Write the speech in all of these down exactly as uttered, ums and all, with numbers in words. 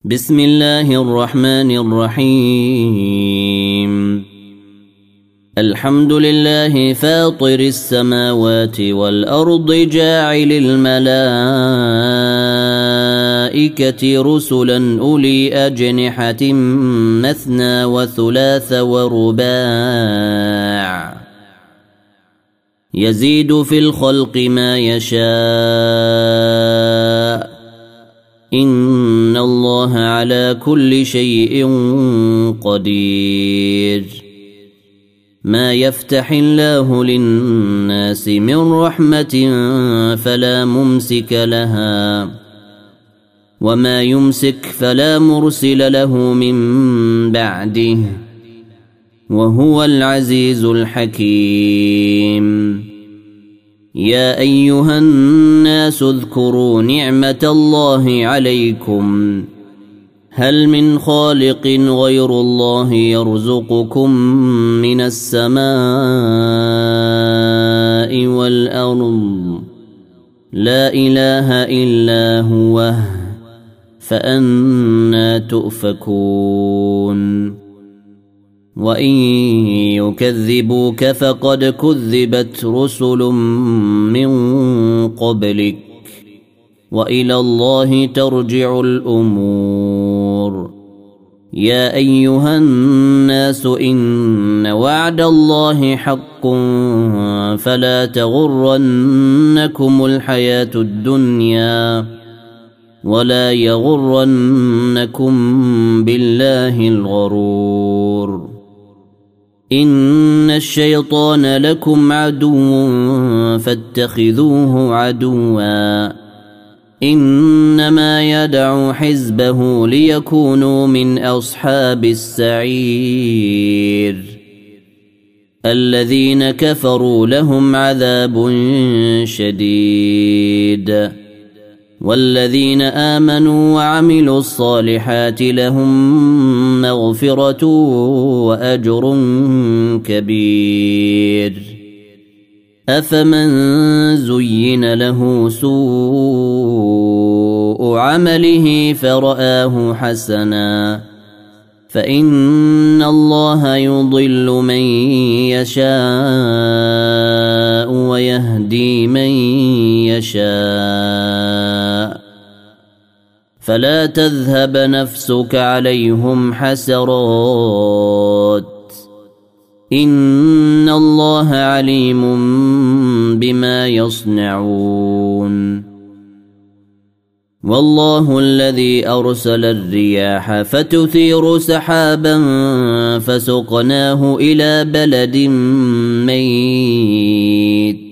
بسم الله الرحمن الرحيم. الحمد لله فاطر السماوات والأرض جاعل الملائكة رسلا أولي أجنحة مثنى وثلاث ورباع يزيد في الخلق ما يشاء إن الله على كل شيء قدير. ما يفتح الله للناس من رحمة فلا ممسك لها وما يمسك فلا مرسل له من بعده وهو العزيز الحكيم. يا أيها الناس اذكروا نعمة الله عليكم هل من خالق غير الله يرزقكم من السماء والأرض لا إله إلا هو فأنى تؤفكون. وإن يكذبوك فقد كذبت رسل من قبلك وإلى الله ترجع الأمور. يا أيها الناس إن وعد الله حق فلا تغرنكم الحياة الدنيا ولا يغرنكم بالله الغرور. إن الشيطان لكم عدو فاتخذوه عدوا إنما يدعو حزبه ليكونوا من أصحاب السعير. الذين كفروا لهم عذاب شديد والذين آمنوا وعملوا الصالحات لهم مغفرة وأجر كبير. أفمن زين له سوء عمله فرآه حسنا فإن الله يضل من يشاء ويهدي من يشاء فلا تذهب نفسك عليهم حسرات إن الله عليم بما يصنعون. والله الذي أرسل الرياح فتثير سحابا فسقناه إلى بلد ميت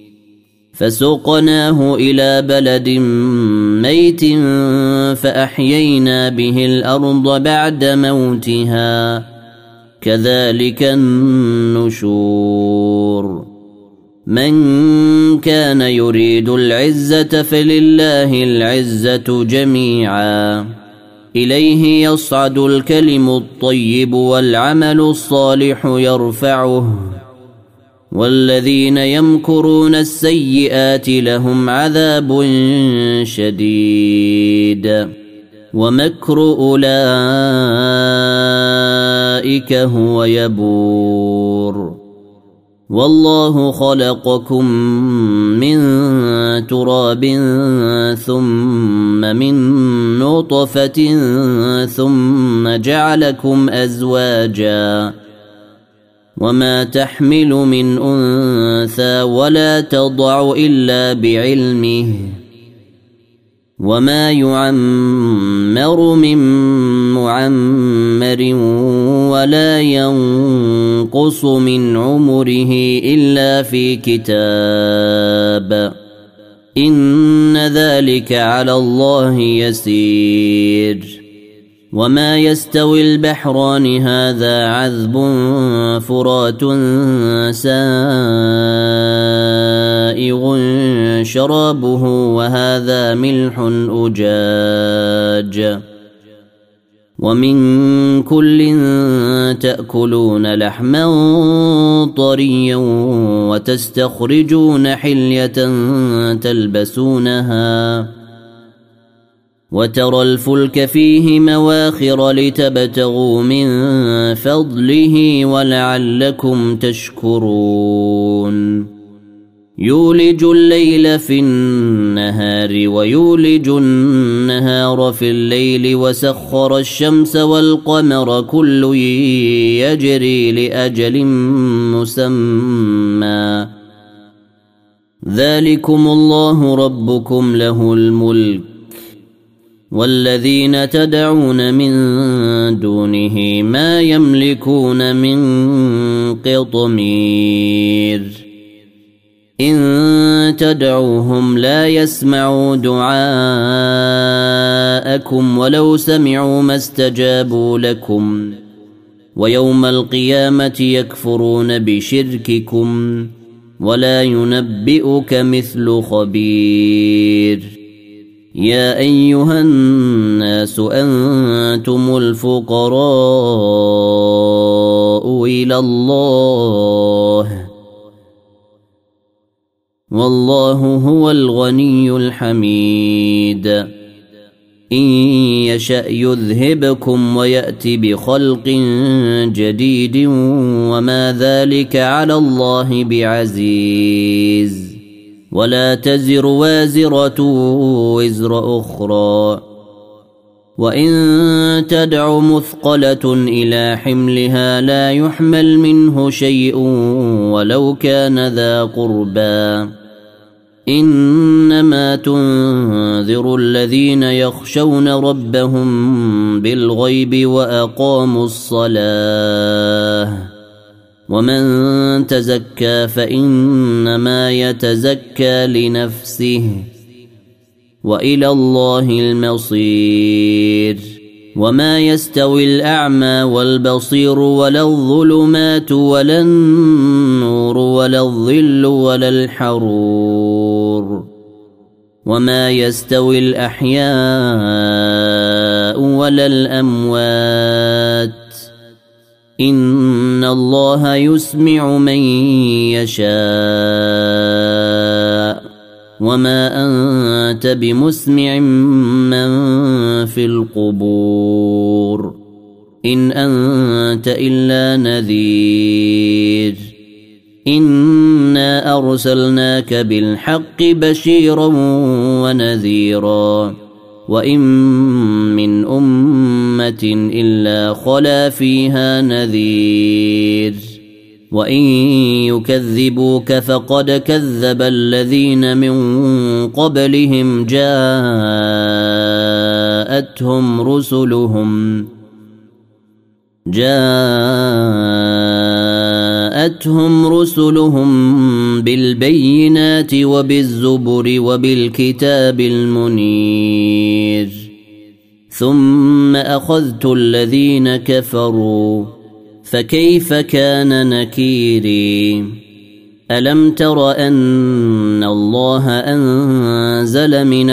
فسقناه إلى بلد ميت فأحيينا به الأرض بعد موتها كذلك النشور. من كان يريد العزة فلله العزة جميعا إليه يصعد الكلم الطيب والعمل الصالح يرفعه والذين يمكرون السيئات لهم عذاب شديد ومكر أولئك هو يبور. والله خلقكم من تراب ثم من نطفة ثم جعلكم أزواجا وما تحمل من أنثى ولا تضع إلا بعلمه وما يعمر من معمر ولا ينقص من عمره إلا في كتاب إن ذلك على الله يسير. وما يستوي البحران هذا عذب فرات سائغ شرابه وهذا ملح أجاج ومن كل تأكلون لحما طريا وتستخرجون حلية تلبسونها وترى الفلك فيه مواخر لتبتغوا من فضله ولعلكم تشكرون يولج الليل في النهار ويولج النهار في الليل وسخر الشمس والقمر كل يجري لأجل مسمى ذلكم الله ربكم له الملك والذين تدعون من دونه ما يملكون من قطمير إن تدعوهم لا يسمعوا دعاءكم ولو سمعوا ما استجابوا لكم ويوم القيامة يكفرون بشرككم ولا ينبئك مثل خبير يا أيها الناس أنتم الفقراء إلى الله والله هو الغني الحميد إن يشأ يذهبكم ويأت بخلق جديد وما ذلك على الله بعزيز ولا تزر وازرة وزر أخرى وإن تدع مثقلة إلى حملها لا يحمل منه شيء ولو كان ذا قربى إنما تنذر الذين يخشون ربهم بالغيب وأقاموا الصلاة ومن تزكى فإنما يتزكى لنفسه وإلى الله المصير وما يستوي الأعمى والبصير ولا الظلمات ولا النور ولا الظل ولا الحرور وما يستوي الأحياء ولا الأموات إن الله يسمع من يشاء وما أنت بمسمع من في القبور إن أنت إلا نذير إنا أرسلناك بالحق بشيرا ونذيرا وإن من أمة إلا خلا فيها نذير وإن يكذبوك فقد كذب الذين من قبلهم جاءتهم رسلهم جاءتهم رسلهم بالبينات وبالزبر وبالكتاب المنير ثم أخذت الذين كفروا فكيف كان نكيري ألم تر أن الله أنزل من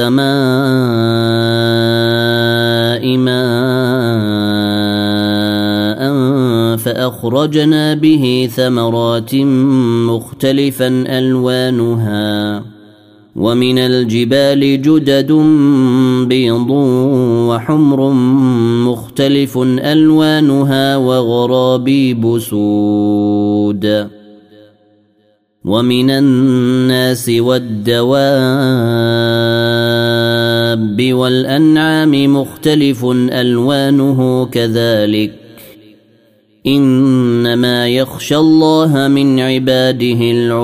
السماء ماء فأخرجنا به ثمرات مختلفا ألوانها ومن الجبال جدد بيض وحمر مختلف ألوانها وغرابيب سود ومن الناس والدواب والأنعام مختلف ألوانه كذلك إنما يخشى الله من عباده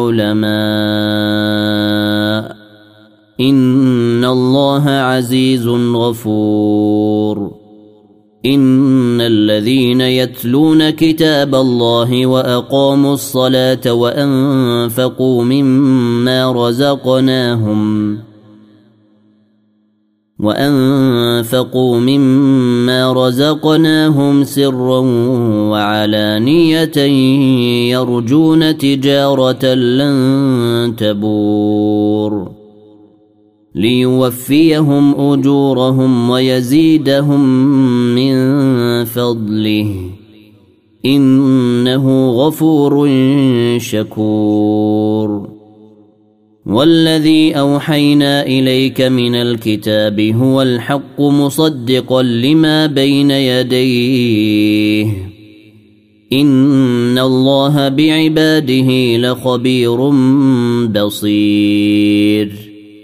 العلماء إن الله عزيز غفور إن الذين يتلون كتاب الله وأقاموا الصلاة وأنفقوا مما رزقناهم وأنفقوا مما رزقناهم سرا وعلانية يرجون تجارة لن تبور ليوفيهم أجورهم ويزيدهم من فضله إنه غفور شكور والذي أوحينا إليك من الكتاب هو الحق مصدقا لما بين يديه إن الله بعباده لخبير بصير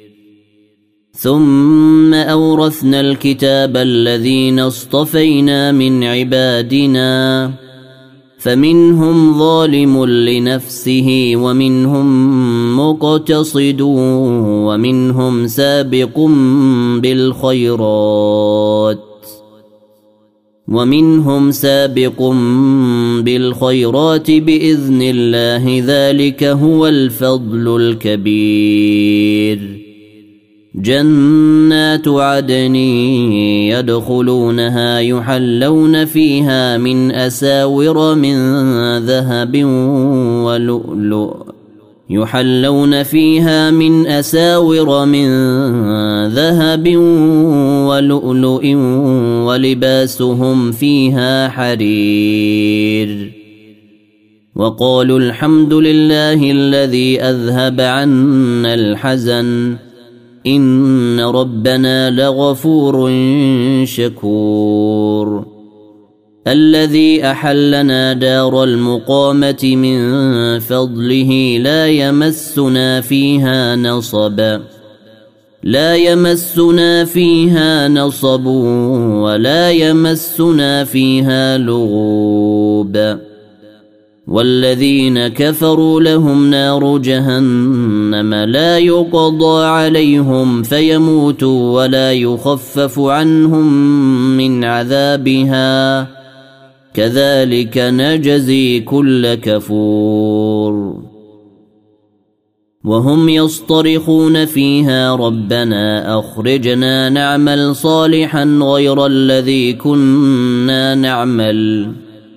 ثم أورثنا الكتاب الذين اصطفينا من عبادنا فمنهم ظالم لنفسه ومنهم مقتصد ومنهم سابق بالخيرات ومنهم سابق بالخيرات بإذن الله ذلك هو الفضل الكبير جنات عدن يدخلونها يحلون فيها من أساور من ذهب ولؤلؤ يحلون فيها من أساور من ذهب ولؤلؤ ولباسهم فيها حرير وقالوا الحمد لله الذي أذهب عنا الحزن إن ربنا لغفور شكور الذي أحلنا دار المقامة من فضله لا يمسنا فيها نصب لا يمسنا فيها نصب ولا يمسنا فيها لغوب والذين كفروا لهم نار جهنم لا يقضى عليهم فيموتوا ولا يخفف عنهم من عذابها كذلك نجزي كل كفور وهم يصطرخون فيها ربنا أخرجنا نعمل صالحا غير الذي كنا نعمل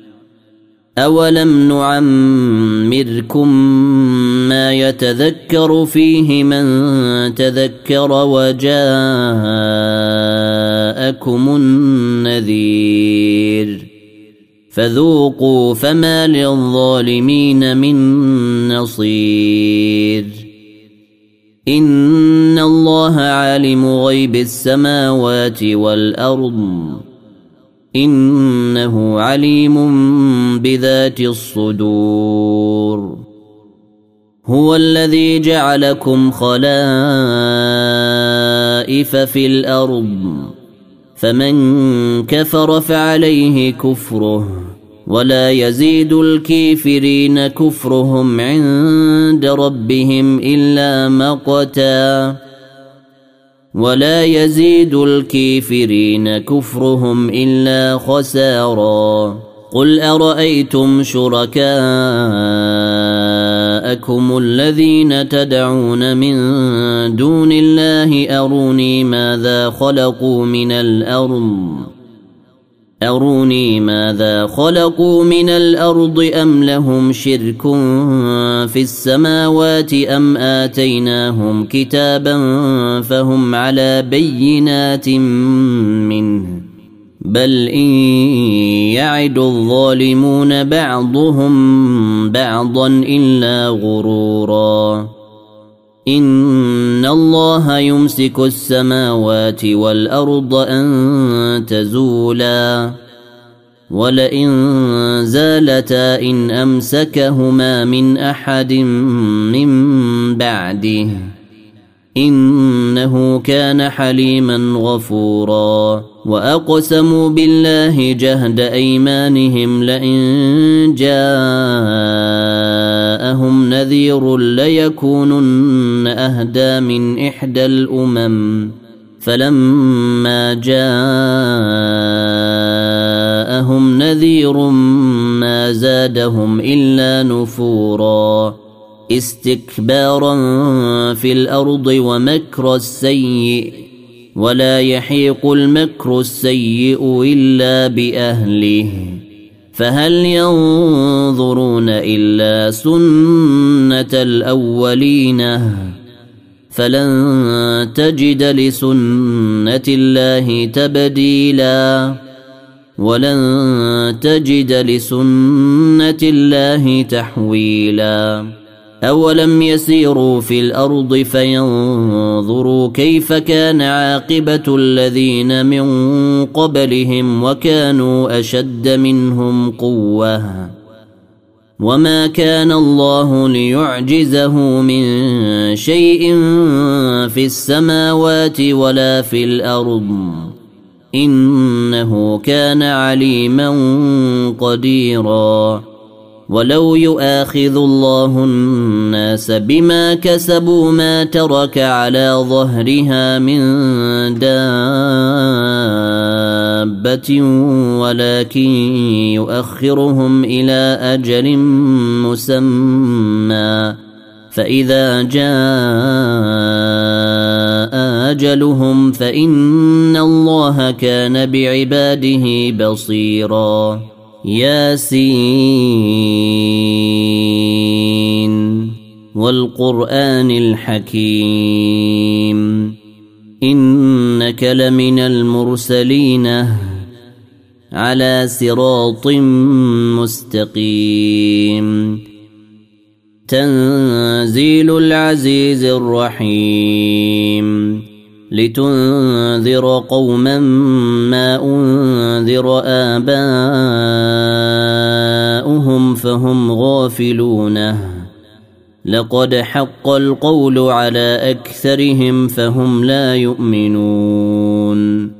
أولم نعمركم ما يتذكر فيه من تذكر وجاءكم النذير فذوقوا فما للظالمين من نصير إن الله عالم غيب السماوات والأرض إنه عليم بذات الصدور هو الذي جعلكم خلائف في الأرض فمن كفر فعليه كفره ولا يزيد الكافرين كفرهم عند ربهم إلا مقتا ولا يزيد الكافرين كفرهم إلا خسارا قل أرأيتم شركاءكم الذين تدعون من دون الله أروني ماذا خلقوا من الأرض أروني ماذا خلقوا من الأرض أم لهم شرك في السماوات أم آتيناهم كتابا فهم على بينات منه بل إن يعد الظالمون بعضهم بعضا إلا غرورا إن الله يمسك السماوات والأرض أن تزولا ولئن زالتا إن أمسكهما من أحد من بعده إنه كان حليما غفورا وأقسموا بالله جهد أيمانهم لئن جاءهم نذير ليكونن أهدى من إحدى الأمم فلما جاءهم نذير ما زادهم إلا نفورا استكبارا في الأرض ومكر السيء ولا يحيق المكر السيء إلا بأهله فهل ينظرون إلا سنة الأولين فلن تجد لسنة الله تبديلا ولن تجد لسنة الله تحويلا أولم يسيروا في الأرض فينظروا كيف كان عاقبة الذين من قبلهم وكانوا أشد منهم قوة وما كان الله ليعجزه من شيء في السماوات ولا في الأرض إنه كان عليما قديرا ولو يؤاخذ الله الناس بما كسبوا ما ترك على ظهرها من دابة ولكن يؤخرهم إلى أجل مسمى فإذا جاء أجلهم فإن الله كان بعباده بصيرا ياسين والقرآن الحكيم إنك لمن المرسلين على صراط مستقيم تنزيل العزيز الرحيم لتنذر قوما ما أنذر آباؤهم فهم غافلون لقد حق القول على أكثرهم فهم لا يؤمنون